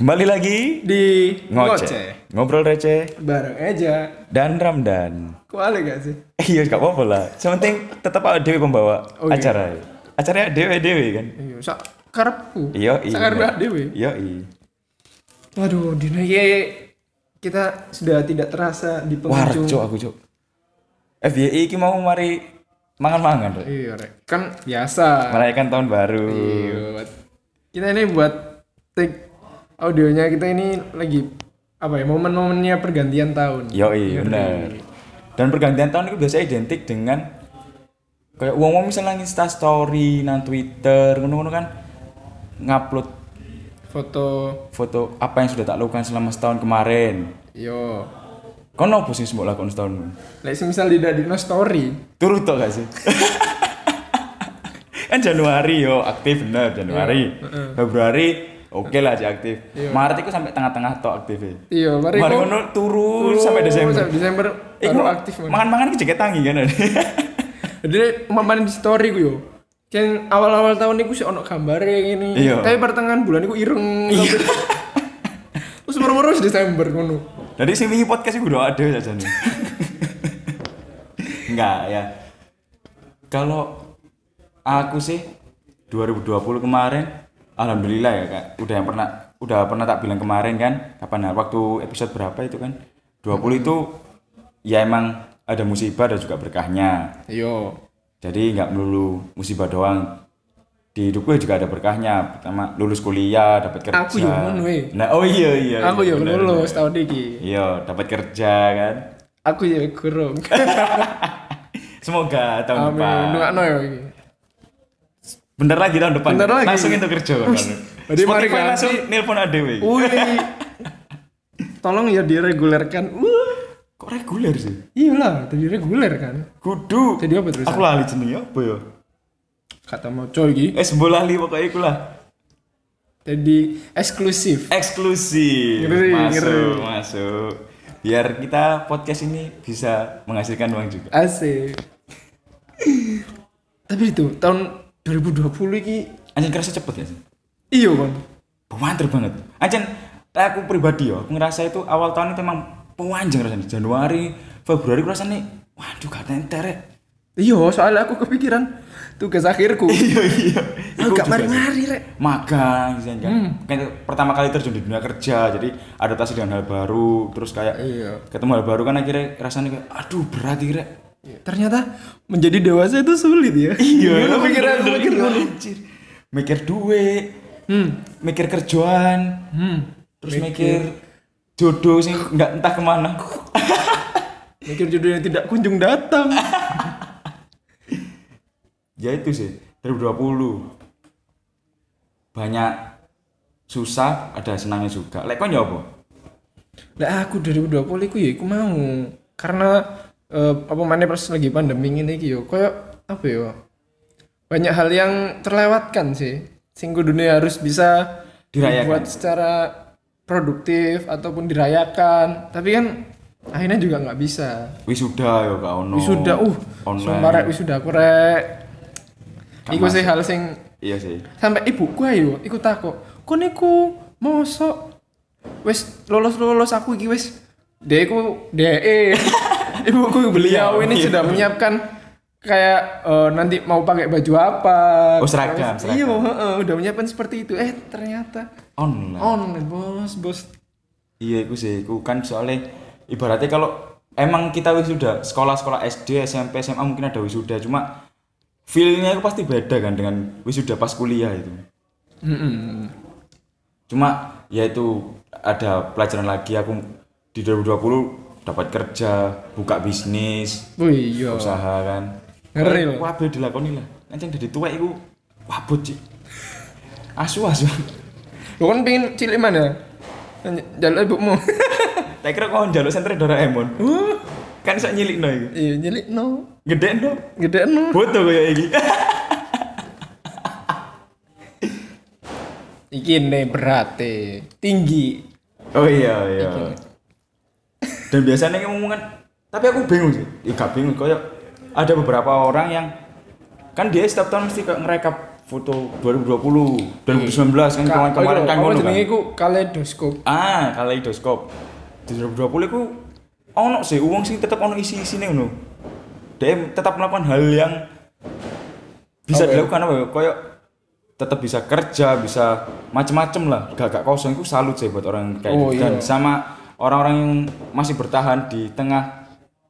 Kembali lagi di ngoceh, ngobrol receh bareng aja. dan Ramdan. Kuali gak sih? Iya, gak apa-apa lah. Sementing tetap ada Dewi pembawa Oh, iya. acara. Acaranya Dewi kan. Iya, sak karepku. Iya, Sak karep dhewe. Iya. Waduh, dina kita sudah tidak terasa di penghujung. Warco aku, Cuk. FYI iki mau mari mangan-mangan, Rek. Iya, Rek. Kan biasa. Merayakan tahun baru. Iya. Kita ini buat take audionya kita ini lagi apa ya? Momen-momennya pergantian tahun. Iya, benar. Dan pergantian tahun itu biasanya identik dengan kayak wong-wong misalnya Insta story nang Twitter ngono-ngono kan ngupload foto apa yang sudah tak lakukan selama setahun kemarin. Yo. Kono opo sing mbok lakoni setahun? Lek misal tidak di story, Turut tok gak sih? Kan Januari yo aktif bener Januari. Februari oke lah aja aktif. Maret itu sampai tengah-tengah tok aktif. iya, mari Ngono turun sampai Desember. Sampai Desember baru aktif. Mangan-mangan iki jeket tangi kan. Jadi umpamane di story ku yo. Kan awal-awal tahun iku sih ono gambare ngene. Iya. Tapi pertengahan bulan iku ireng. Terus baru-baru Desember ngono. Jadi sing wingi podcast iku udah ada aja nih. Enggak ya. Kalau aku sih 2020 kemarin alhamdulillah ya Kak. Udah pernah tak bilang kemarin kan, kapan waktu episode berapa itu kan? 20 itu ya emang ada musibah dan juga berkahnya. Iya. Jadi nggak melulu musibah doang. Di hidupku juga ada berkahnya. Pertama lulus kuliah, dapat kerja. Aku yo ngono we. Nah, oh iya. Aku yo bener, lulus bener. tahun iki. Iya, dapat kerja kan. Aku yo gurung. Semoga tahun Amin. depan. Nungakno yo iki. Bentar lagi tahun depan. Bentar lagi. Langsung itu kerja kan. Jadi mari Spotify ganti. langsung nelpon adewe. Wih. Tolong ya diregulerkan. Kok reguler sih? Iyalah, jadi reguler kan. Kudu. Jadi apa terus? Aku lali jenenge apa ya? Kata mau coy iki. Sembo lali pokoknya iku lah. Jadi eksklusif. Eksklusif. Ngeri. Masuk. Biar kita podcast ini bisa menghasilkan uang juga. Asik. Tapi itu tahun 2020 iki Anjing kerasa cepet ya sih? iya bang. Pewanter banget. Anjing aku pribadi ya, aku ngerasa itu awal tahun itu emang panjang rasanya. Januari, Februari aku rasanya waduh gak enterek. Iya soalnya aku kepikiran tugas akhirku. Iya. Aku gak mari-mari rek. Magang kan. Kayak pertama kali terjun di dunia kerja, jadi adaptasi dengan hal baru, terus kayak ketemu hal baru kan akhirnya rasanya kayak aduh berat iki rek. Ternyata menjadi dewasa itu sulit ya. Iya, mikir anjir. Mikir duit, mikir kerjaan, terus mikir jodoh sih nggak entah kemana. Mikir jodoh yang tidak kunjung datang. Ya itu sih 2020 banyak susah, ada senangnya juga. Lek kon ya apa? Lah aku 2020 iku ya iku mau karena apa mana pas lagi pandemi ini iki yo koyo apa yo banyak hal yang terlewatkan sih sing dunia harus bisa Dirayakan. dibuat secara produktif ataupun dirayakan tapi kan akhirnya juga nggak bisa Wisuda ya gak ono. wisuda online. sumpah rek wisuda aku rek Gak iku sih masuk. hal sing Iya sih. sampai ibuku ayo iku takok kon iku mosok wis lulus aku iki wis deku ibuku beliau ini Iya. sudah menyiapkan kayak nanti mau pakai baju apa Seragam. iya udah menyiapkan seperti itu ternyata online bos Iya itu sih, itu kan soalnya ibaratnya kalau emang kita wisuda sekolah-sekolah SD, SMP, SMA mungkin ada wisuda cuma feel-nya itu pasti beda kan dengan wisuda pas kuliah itu. Cuma ya itu ada pelajaran lagi aku di 2020 dapat kerja, buka bisnis, iya usaha kan. Ngeri loh. Wah, dilakoni lah. Anjing dari tuwek iku wabut sih. Asu. lu kan pengen cilik mana jalan ibumu Tak kira kau njaluk sentre Doraemon. Kan sak nyilikno iki. iya nyelik no Gede no. gede no Foto kayak iki. iki nih berat tinggi Oh iya. Dan biasanya ngomong kan, tapi aku bingung sih. Ya gak bingung, kayak ada beberapa orang yang kan dia setiap tahun mesti kayak ngerekap foto 2020, 2019 kan kemarin kan ngono kan. Jenenge iku kaleidoskop. Kaleidoskop. Di 2020 iku ono sih wong sing tetep ono isi-isine ngono. Dia tetap melakukan hal yang bisa dilakukan apa ya? Kayak tetap bisa kerja, bisa macem-macem lah. Gak kosong itu salut sih buat orang kayak gitu. Dan sama orang-orang yang masih bertahan di tengah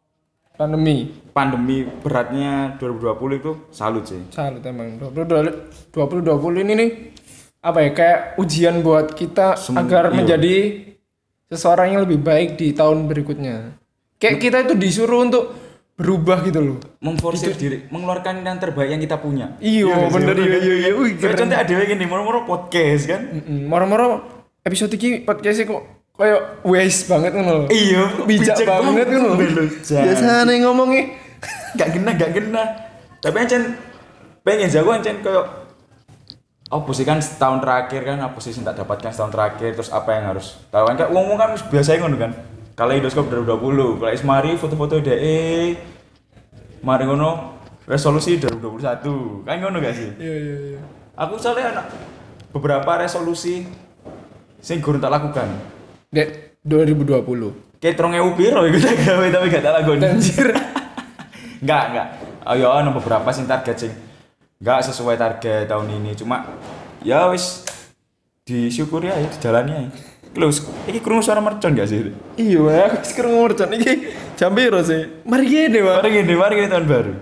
pandemi beratnya 2020 itu salut sih. Salut emang. 2020 ini nih apa ya, kayak ujian buat kita agar menjadi seseorang yang lebih baik di tahun berikutnya. Kayak kita itu disuruh untuk berubah gitu loh. Memforsir diri, mengeluarkan yang terbaik yang kita punya. Iya, bener iya. Kayak contoh ada gini, moro-moro podcast kan. Moro-moro episode ini podcast kok kayak wise banget ngono lho. Iya, bijak banget ngono. Biasane ngomongnya gak kena. Tapi ancen pengen jago ancen kayak apa sih kan setahun terakhir kan apa sih yang tak dapatkan setahun terakhir, terus apa yang harus tahu kan ngomong kan biasa ngono kan. Kaleidoskop 2020, kalau mari foto-foto DE mari ngono resolusi 2021 kan ngono gak sih? Iya. Aku soalnya beberapa resolusi sing gurung tak lakukan. Dek 2020. Kayak 3.000 piro iku tak gawe tapi gak tak lakoni. Anjir. Enggak. Ayo ana beberapa sing target sing enggak sesuai target tahun ini, cuma ya wis disyukuri aja, dijalani aja. Close. Iki krungu suara mercon gak sih? Iya, aku wis krungu mercon iki jam piro sih? Mari gini tahun baru.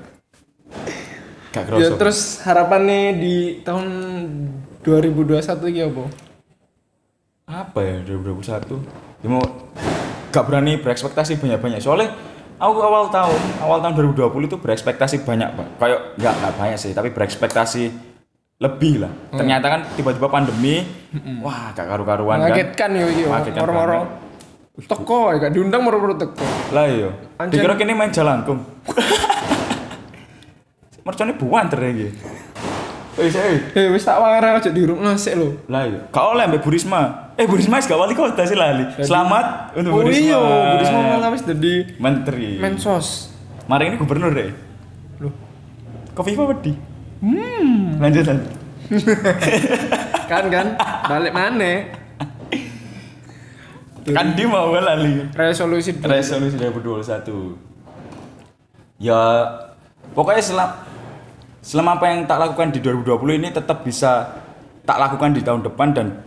Gak kroso. Ya terus harapannya di tahun 2021 iki apa? Apa ya 2021? Ya mau gak berani berekspektasi banyak-banyak. Soalnya aku awal tahun 2020 itu berekspektasi banyak, Pak. Kayak enggak banyak sih, tapi berekspektasi lebih lah. Ternyata kan tiba-tiba pandemi. Wah, gak karu-karuan kan. Mengagetkan yo iki. Moro-moro teko gak diundang moro-moro teko. Lah iya. Dikira kene main jalangkung. Mercone buanter iki. Wis tak warang aja dirungno sik lho. Lah iya. Gak oleh mbek Bu Risma. Bu Risma gak wali kota sih lali. Selamat untuk Bu Risma. Iya, Bu Risma malah wis dadi menteri. Mensos. Mari ini gubernur deh. Loh. Kofifa wedi. Lanjut. kan balik mana? Kan dia mau lali. Resolusi 2021. Ya pokoknya selama apa yang tak lakukan di 2020 ini tetap bisa tak lakukan di tahun depan dan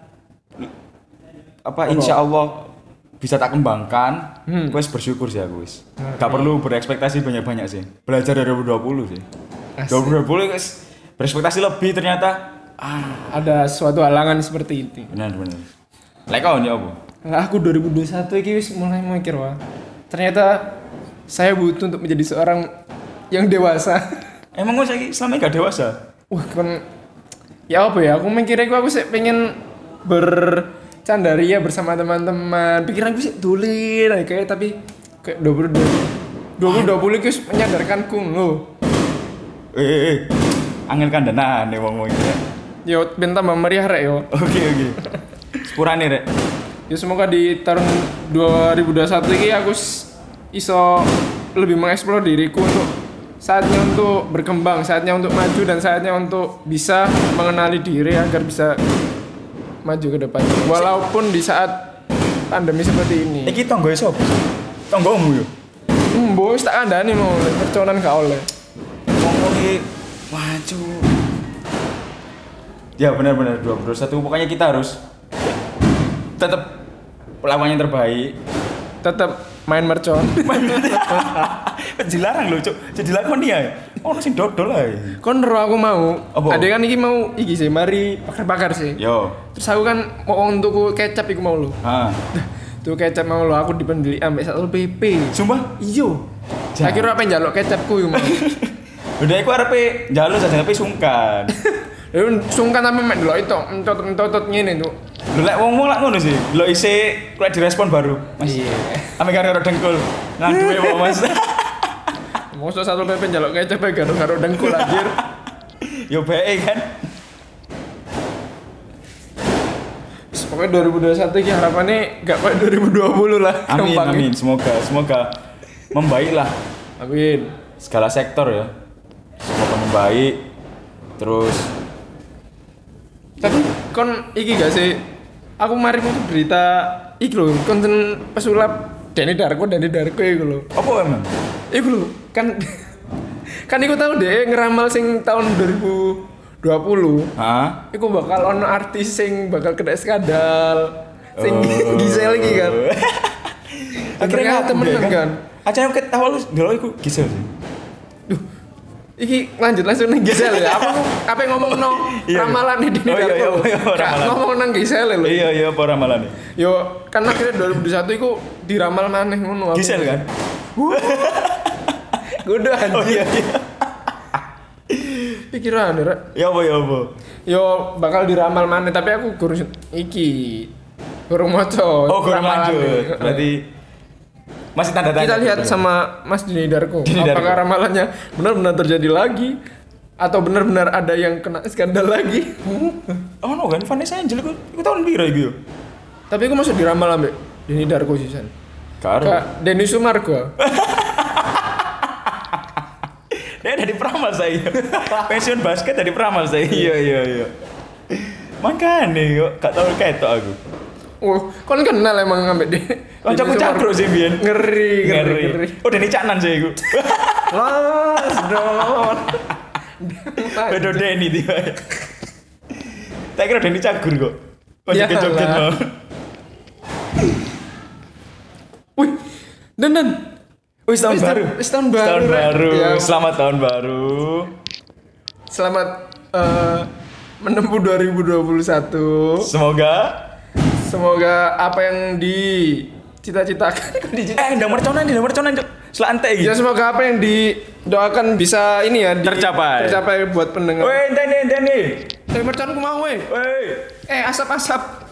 insya Allah bisa tak kembangkan. Gue bersyukur sih aku wis. Gak perlu berekspektasi banyak-banyak sih. Belajar dari 2020 sih. 2020 guys berekspektasi lebih, ternyata ada suatu halangan seperti itu. Benar. Lah kau ini apa? Nah, aku 2021 iki wis mulai mikir wah. Ternyata saya butuh untuk menjadi seorang yang dewasa. Emang gue lagi selama ini gak dewasa? Wah kan ya apa ya, aku mikirnya aku sih pengen bercandaria bersama teman-teman. Pikiran gue sih tulir kayak tapi kayak 2020 itu menyadarkanku loh. Angin kandanan nih wong iki. Yo ben tambah meriah rek yo. Oke. Sepurane rek. Ya semoga di tahun 2021 ini aku iso lebih mengeksplor diriku untuk saatnya untuk berkembang, saatnya untuk maju dan saatnya untuk bisa mengenali diri agar bisa maju ke depan. Walaupun di saat pandemi seperti ini. Iki tonggoe sapa? Tonggomu yo. Mbok wis tak kandhani mau perconan gak oleh. Ngomong maju. Ya benar 2021 pokoknya kita harus tetap melakukan yang terbaik, tetap main mercon. Dilarang lho, Cuk. Jadi lakoni ya. Ono sing dodol ae. Kon ro aku mau. Apa? Ade kan iki mau iki sih, mari bakar-bakar sih. Yo. Terus aku kan mau tuku kecap iku mau lho. Tuh kecap mau lho, aku dipendeli ambek Satpol PP. Sumpah? Iyo. Saya kira apa njaluk kecapku iku mau. Udah aku arepe njaluk saja tapi sungkan. Sungkan tapi mek delok itu entot-entot ngene tuh. Lho lek wong-wong lak ngono sih. Lho isih kuwi direspon baru. Mas. Iya. Ame karo dengkul. Nganduwe kok Mas. Mosok Satpol PP njaluk kecap karo dengkul anjir. Yo bae kan. Pokoknya 2021 ini harapannya gak kayak 2020 lah. Amin. Semoga membaik lah. Amin. Segala sektor ya. Semoga membaik. Terus Tapi kon iki gak sih? Aku kemarin itu berita iki lho, konten pesulap Denny Darko iku lho. Apa emang? Iku lho, kan kan iku tahu deh ngeramal sing tahun 2020. Hah? Iku bakal ono artis sing bakal kena skandal. Sing Gisel iki kan. Akhirnya temenan kan. Aja ket awal lu delok iku Gisel sih. Duh. Iki lanjut langsung nang Gisel ya. Apa yang ngomong no ramalan di Denny Darko. Ngomong nang Gisel lho. Iya apa ramalane? Yo kan akhirnya 2021 iku diramal maneh ngono aku. Gisel kan? Kudu anjir. Oh iya. Pikiran ya. Ya apa? Yo bakal diramal maneh tapi aku guru iki. Gurung maca. Oh, kurang lanjut. Berarti masih tanda tanya. Kita lihat sama Mas Denny Darko. Apakah ramalannya benar-benar terjadi lagi atau benar-benar ada yang kena skandal lagi? Oh no kan Vanessa Angel iku tahun piro iku yo? Tapi aku masuk diramal ambek Denny Darko sisan. Karo. Kak Denny Sumargo. Dia dari peramal saya. Pensiun basket dari peramal saya. Iya. Makanya kok gak tau ketok aku. Kon kenal emang ambek dia. Kancaku cakro sih biyen. Ngeri. Oh Denny Caknan saya iku. Las don. Bedo Denny dia. Tak kira Denny cagur kok. Masih joget mau. Wih, dan. Wis tahun baru. Tahun baru. Ya. Selamat tahun baru. Selamat menempuh 2021. Semoga apa yang dicita-citakan Ndang merconan Cuk. Selantai iki. Ya semoga apa yang didoakan bisa ini ya tercapai buat pendengar. Weh, enteni. Tapi merconku mau weh. Weh. Asap-asap.